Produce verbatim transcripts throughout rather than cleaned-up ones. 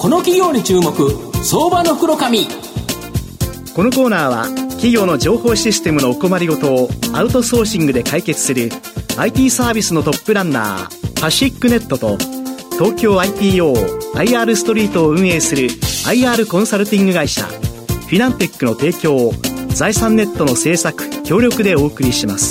この企業に注目、相場の袋紙。 このコーナーは企業の情報システムのお困りごとをアウトソーシングで解決する アイティー サービスのトップランナーパシックネットと東京 アイピーオー アイアール ストリートを運営する アイアール コンサルティング会社フィナンテックの提供を財産ネットの制作協力でお送りします。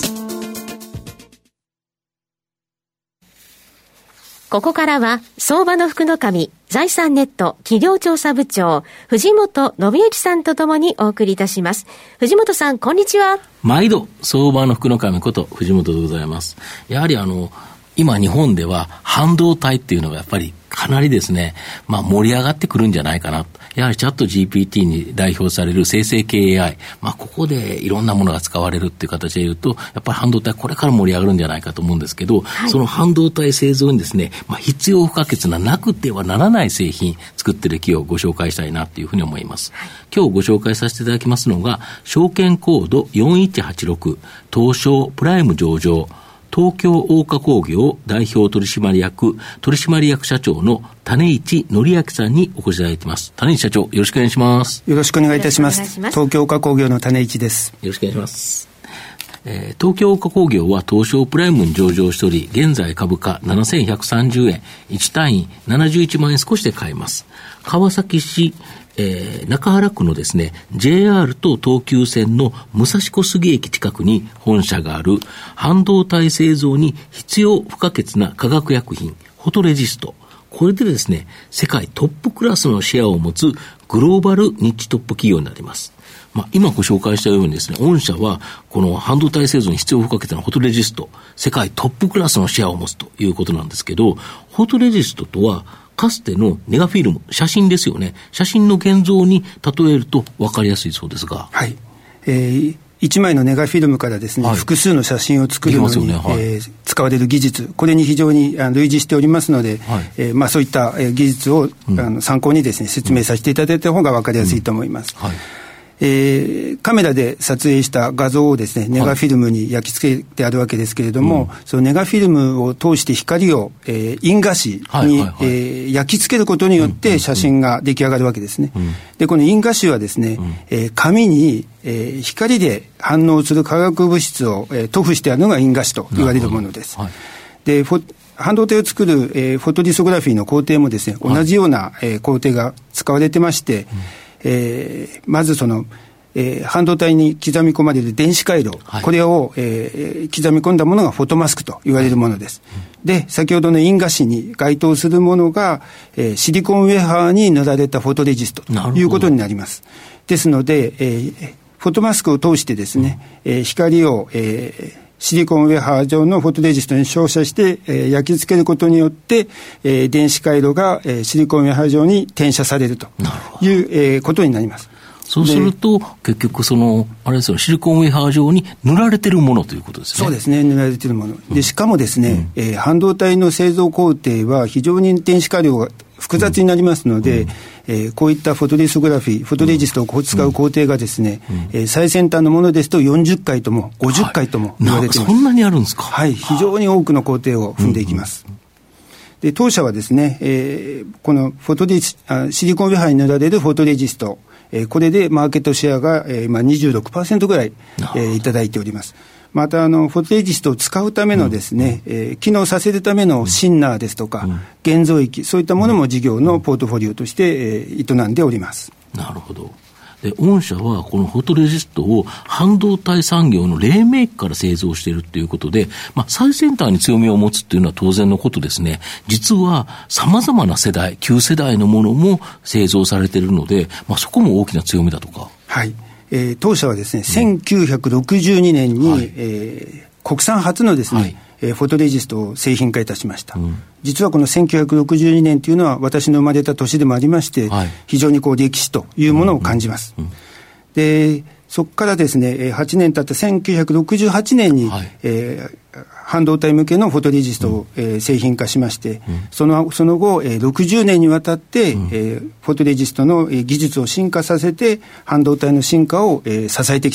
ここからは相場の福の神財産ネット企業調査部長藤本信之さんとともにお送りいたします。藤本さん、こんにちは。 毎度相場の福の神こと藤本でございます。やはりあの今日本では半導体っていうのがやっぱりかなりですね、まあ盛り上がってくるんじゃないかな。やはりチャット ジーピーティー に代表される生成系 エーアイ、まあここでいろんなものが使われるっていう形で言うと、やっぱり半導体これから盛り上がるんじゃないかと思うんですけど、はい、その半導体製造にですね、まあ必要不可欠ななくてはならない製品作ってる企業をご紹介したいなというふうに思います。はい、今日ご紹介させていただきますのが、証券コードよんいちはちろく東証プライム上場東京大化工業代表取締役取締役社長の種市則明さんにお越しいただいています。種市社長、よろしくお願いします。 よろしくお願いいたします。東京大化工業の種市です。 よろしくお願いします。えー、東京大化工業は東証プライムに上場しており、現在株価ななせんひゃくさんじゅうえん、いち単位ななじゅういちまんえん少しで買えます。川崎市えー、中原区のですね ジェイアール と東急線の武蔵小杉駅近くに本社がある半導体製造に必要不可欠な化学薬品フォトレジスト、これでですね世界トップクラスのシェアを持つグローバルニッチトップ企業になります。まあ、今ご紹介したようにですね、御社はこの半導体製造に必要不可欠なフォトレジスト、世界トップクラスのシェアを持つということなんですけど、フォトレジストとはかつてのネガフィルム、写真ですよね。写真の現像に例えると分かりやすいそうですが。 はい。えー、いちまいのネガフィルムからですね、はい、複数の写真を作るのに、ね、はい、えー、使われる技術、これに非常に類似しておりますので、はい、えーまあ、そういった、えー、技術を、うん、あの参考にですね、説明させていただいた方が分かりやすいと思います。うん、はい。えー、カメラで撮影した画像をですね、ネガフィルムに焼き付けてあるわけですけれども、はい、そのネガフィルムを通して光を、えー、印画紙に、はいはいはい、えー、焼き付けることによって写真が出来上がるわけですね。うんうん、で、この印画紙はですね、うん、えー、紙に、えー、光で反応する化学物質を、えー、塗布してあるのが印画紙と言われるものです。はい、で、半導体を作る、えー、フォトリソグラフィーの工程もですね、同じような、えー、工程が使われてまして、うん、えー、まずその、えー、半導体に刻み込まれる電子回路、はい、これを、えー、刻み込んだものがフォトマスクと言われるものです。はい、で、先ほどの印画紙に該当するものが、えー、シリコンウェハーに塗られたフォトレジストということになります。ですので、えー、フォトマスクを通してですね、うんえー、光を、えーシリコンウェハー状のフォトレジストに照射して、えー、焼き付けることによって、えー、電子回路が、えー、シリコンウェハー状に転写されるという、えー、ことになります。 そうすると結局そのあれですよ、シリコンウェハー状に塗られているものということですね。 そうですね、塗られているもので、しかもですね、うんえー、半導体の製造工程は非常に電子回路が複雑になりますので、うんえー、こういったフォトリソグラフィーフォトレジストを使う工程がですね、うんうんえー、最先端のものですとよんじゅっかいともごじゅっかいとも言われています。 はい、そんなにあるんですか。 はい、非常に多くの工程を踏んでいきます。うんうんで当社はですね、えー、このフォトレジあシリコンウェハーに塗られるフォトレジスト、えー、これでマーケットシェアが、えーまあ、にじゅうろくパーセント ぐらい、えー、いただいております。またあのフォトレジストを使うためのですね、うんえー、機能させるためのシンナーですとか、うん、現像液、そういったものも事業のポートフォリオとして、えー、営んでおります。 なるほど。で御社はこのフォトレジストを半導体産業の黎明期から製造しているということで、まあ、最先端に強みを持つというのは当然のことですね。実は様々な世代、旧世代のものも製造されているので、まあ、そこも大きな強みだとか。 はい、えー、当社はですね、うん、せんきゅうひゃくろくじゅうにねんに、はいえー、国産初のですね、はいえー、フォトレジストを製品化いたしました。うん、実はこのせんきゅうひゃくろくじゅうにねんというのは私の生まれた年でもありまして、はい、非常にこう歴史というものを感じます。うんうんうん、でそこからですねはちねん経ったせんきゅうひゃくろくじゅうはちねんに、はいえー、半導体向けのフォトレジストを、うんえー、製品化しまして、うん、そのその後、えー、ろくじゅうねんにわたって、うんえー、フォトレジストの、えー、技術を進化させて半導体の進化を、えー、支えてきたと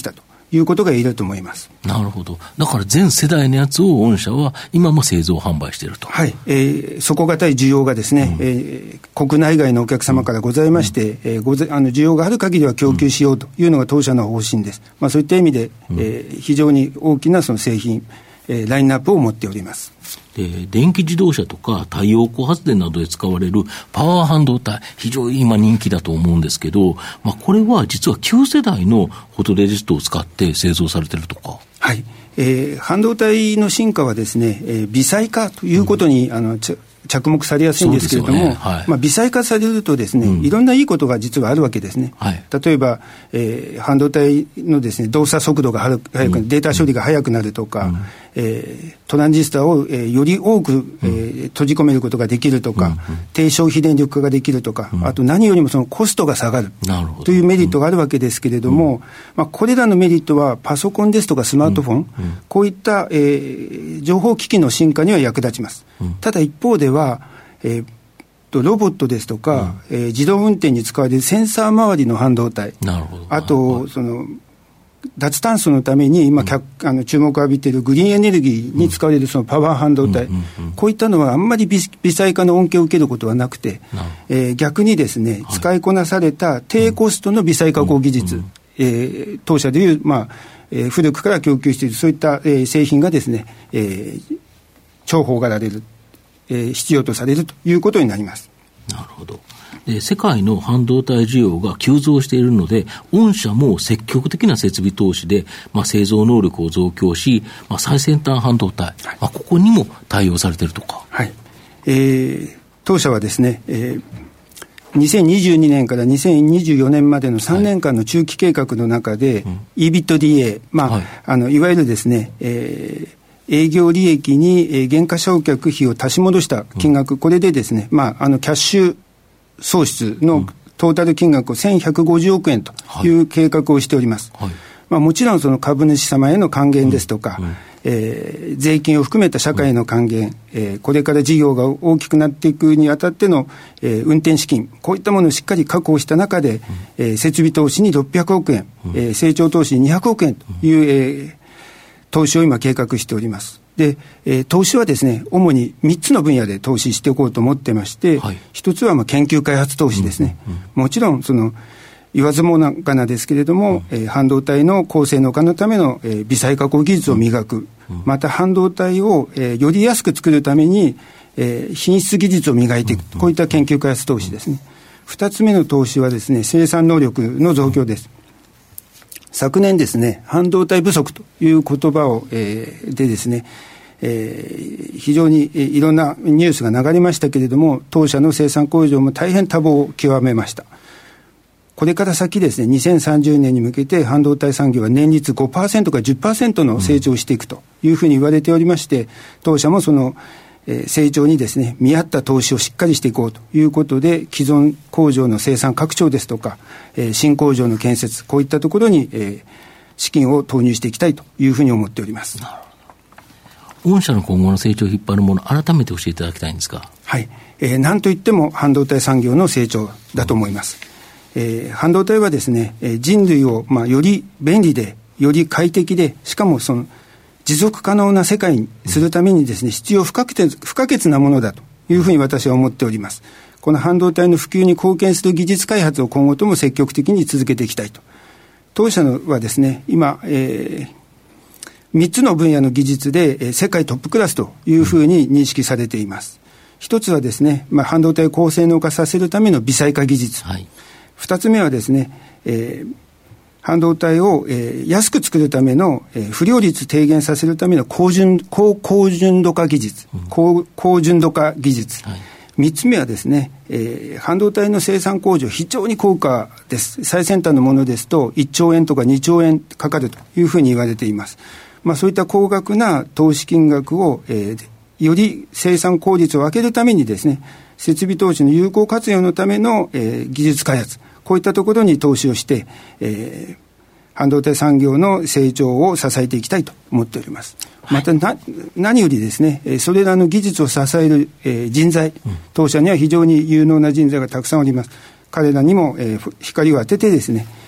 いうことが言えると思います。 なるほど。だから全世代のやつを御社は今も製造販売していると。 はい、えー、底堅い需要がですね、うん、えー、国内外のお客様からございまして、うん、えー、ごぜあの需要がある限りは供給しようというのが当社の方針です。まあ、そういった意味で、うん、えー、非常に大きなその製品、えー、ラインナップを持っております。 で電気自動車とか太陽光発電などで使われるパワー半導体、非常に今人気だと思うんですけど、まあ、これは実は旧世代のフォトレジストを使って製造されているとか。 はい、えー、半導体の進化はですね、えー、微細化ということに、うん、あのち着目されやすいんですけれども、ね、はい、まあ、微細化されるとですね、うん、いろんないいことが実はあるわけですね、はい、例えば、えー、半導体のですね動作速度が速く、うん、データ処理が速くなるとか、うん、えー、トランジスタを、えー、より多く、えー、閉じ込めることができるとか、うん、低消費電力化ができるとか、うん、あと何よりもそのコストが下がるというメリットがあるわけですけれども、うん、まあ、これらのメリットはパソコンですとかスマートフォン、うんうん、こういった、えー、情報機器の進化には役立ちます、うん、ただ一方ではえー、とロボットですとか、うん、えー、自動運転に使われるセンサー周りの半導体、 なるほど、 あと、はい、その脱炭素のために今、うん、あの注目を浴びているグリーンエネルギーに使われるそのパワー半導体、うんうんうんうん、こういったのはあんまり 微, 微細化の恩恵を受けることはなくて、えー、逆にですね、はい、使いこなされた低コストの微細加工技術、うんうんうん、えー、当社でいう、まあえー、古くから供給しているそういった、えー、製品がですね、えー、重宝がられる、えー、必要とされるということになります。 なるほど。で世界の半導体需要が急増しているので、御社も積極的な設備投資で、まあ、製造能力を増強し、まあ、最先端半導体、はい、まあ、ここにも対応されているとか。 はい、えー、当社はですね、えー、にせんにじゅうにねんからにせんにじゅうよねんまでのさんねんかんの中期計画の中で、はい、うん、イービットディーエー、まあ、はい、あのいわゆるですね、えー営業利益に、えー、減価償却費を足し戻した金額、うん、これでですね、まあ、あのキャッシュ喪失のトータル金額をせんひゃくごじゅうおくえんという計画をしております、はい、まあ、もちろんその株主様への還元ですとか、うんうん、えー、税金を含めた社会への還元、うん、えー、これから事業が大きくなっていくにあたっての、えー、運転資金、こういったものをしっかり確保した中で、うん、えー、設備投資にろっぴゃくおくえん、うん、えー、成長投資ににひゃくおくえんという、うん、えー投資を今計画しております。で、えー、投資はですね、主にみっつの分野で投資しておこうと思ってまして、はい、ひとつはまあ研究開発投資ですね、うんうんうん、もちろんその言わずもがなですけれども、うん、えー、半導体の高性能化のための、えー、微細加工技術を磨く、うんうん、また半導体を、えー、より安く作るために、えー、品質技術を磨いていく、うんうん、こういった研究開発投資ですね。ふたつめの投資はですね、生産能力の増強です。昨年ですね、半導体不足という言葉を、えー、でですね、えー、非常にいろんなニュースが流れましたけれども、当社の生産工場も大変多忙を極めました。これから先ですね、にせんさんじゅうねんに向けて半導体産業は年率 ごパーセント から じゅっパーセント の成長をしていくというふうに言われておりまして、当社もそのえー、成長にですね、見合った投資をしっかりしていこうということで、既存工場の生産拡張ですとか、えー、新工場の建設、こういったところに、えー、資金を投入していきたいというふうに思っております。 なるほど。御社の今後の成長を引っ張るもの、改めて教えていただきたいんですか。 はい、えー、何といっても半導体産業の成長だと思います。うん、えー、半導体はですね、えー、人類を、まあ、より便利で、より快適で、しかもその持続可能な世界にするためにですね、必要不可欠、不可欠なものだというふうに私は思っております。この半導体の普及に貢献する技術開発を今後とも積極的に続けていきたいと。当社のはですね、今、えー、みっつの分野の技術で、えー、世界トップクラスというふうに認識されています。一つはですね、まあ、半導体を高性能化させるための微細化技術。はい、二つ目はですね、えー半導体を、えー、安く作るための、えー、不良率低減させるための高純、高、高純度化技術、うん、高、高純度化技術、はい、みっつめはですね、えー、半導体の生産工場非常に高価です。最先端のものですといっちょうえんとかにちょうえんかかるというふうに言われています。まあ、そういった高額な投資金額を、えー、より生産効率を上げるためにですね、設備投資の有効活用のための、えー、技術開発、こういったところに投資をして、えー、半導体産業の成長を支えていきたいと思っております。またな何よりですね、それらの技術を支える、えー、人材、当社には非常に有能な人材がたくさんおります。彼らにも、えー、光を当ててですね、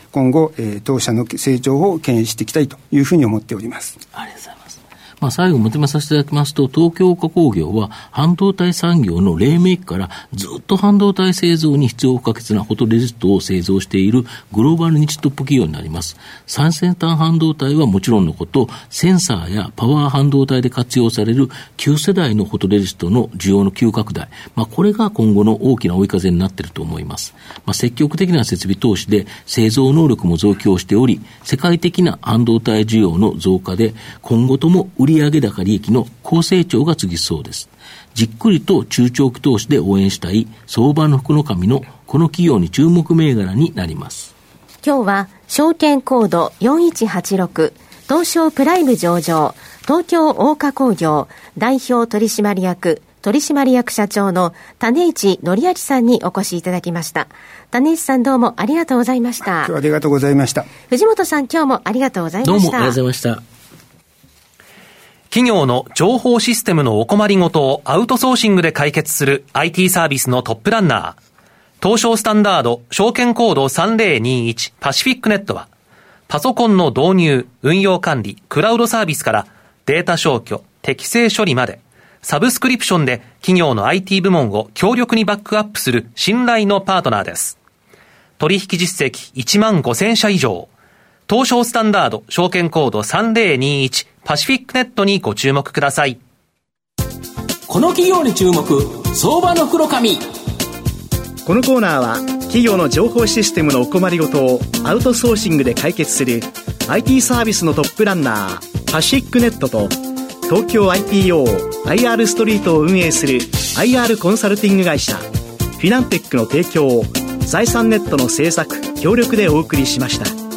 今後、えー、当社の成長を牽引していきたいというふうに思っております。 ありがとうございます。まあ、最後まとめさせていただきますと、東京化工業は半導体産業の黎明期からずっと半導体製造に必要不可欠なフォトレジストを製造しているグローバルニッチトップ企業になります。最先端半導体はもちろんのこと、センサーやパワー半導体で活用される旧世代のフォトレジストの需要の急拡大、まあ、これが今後の大きな追い風になっていると思います。まあ、積極的な設備投資で製造能力も増強しており、世界的な半導体需要の増加で今後とも売上高利益の高成長が続きそうです。じっくりと中長期投資で応援したい相場の福の神のこの企業に注目銘柄になります。 今日は証券コードよんいちはちろく東証プライム上場東京大化工業代表取締役取締役社長の種市則明さんにお越しいただきました。種市さん、どうもありがとうございました。 今日はありがとうございました。 藤本さん、今日もありがとうございました。 どうもありがとうございました。 企業の情報システムのお困りごとをアウトソーシングで解決する アイティー サービスのトップランナー、東証スタンダード証券コードさんぜろにいちパシフィックネットは、パソコンの導入、運用管理、クラウドサービスからデータ消去、適正処理まで、サブスクリプションで企業の アイティー 部門を強力にバックアップする信頼のパートナーです。取引実績いちまんごせんしゃ以上、東証スタンダード証券コードさんぜろにいちパシフィックネットにご注目ください。 この企業に注目、相場の福の神。 このコーナーは企業の情報システムのお困りごとをアウトソーシングで解決する アイティー サービスのトップランナーパシフィックネットと東京 アイピーオー アイアール ストリートを運営する アイアール コンサルティング会社フィナンテックの提供を財産ネットの制作協力でお送りしました。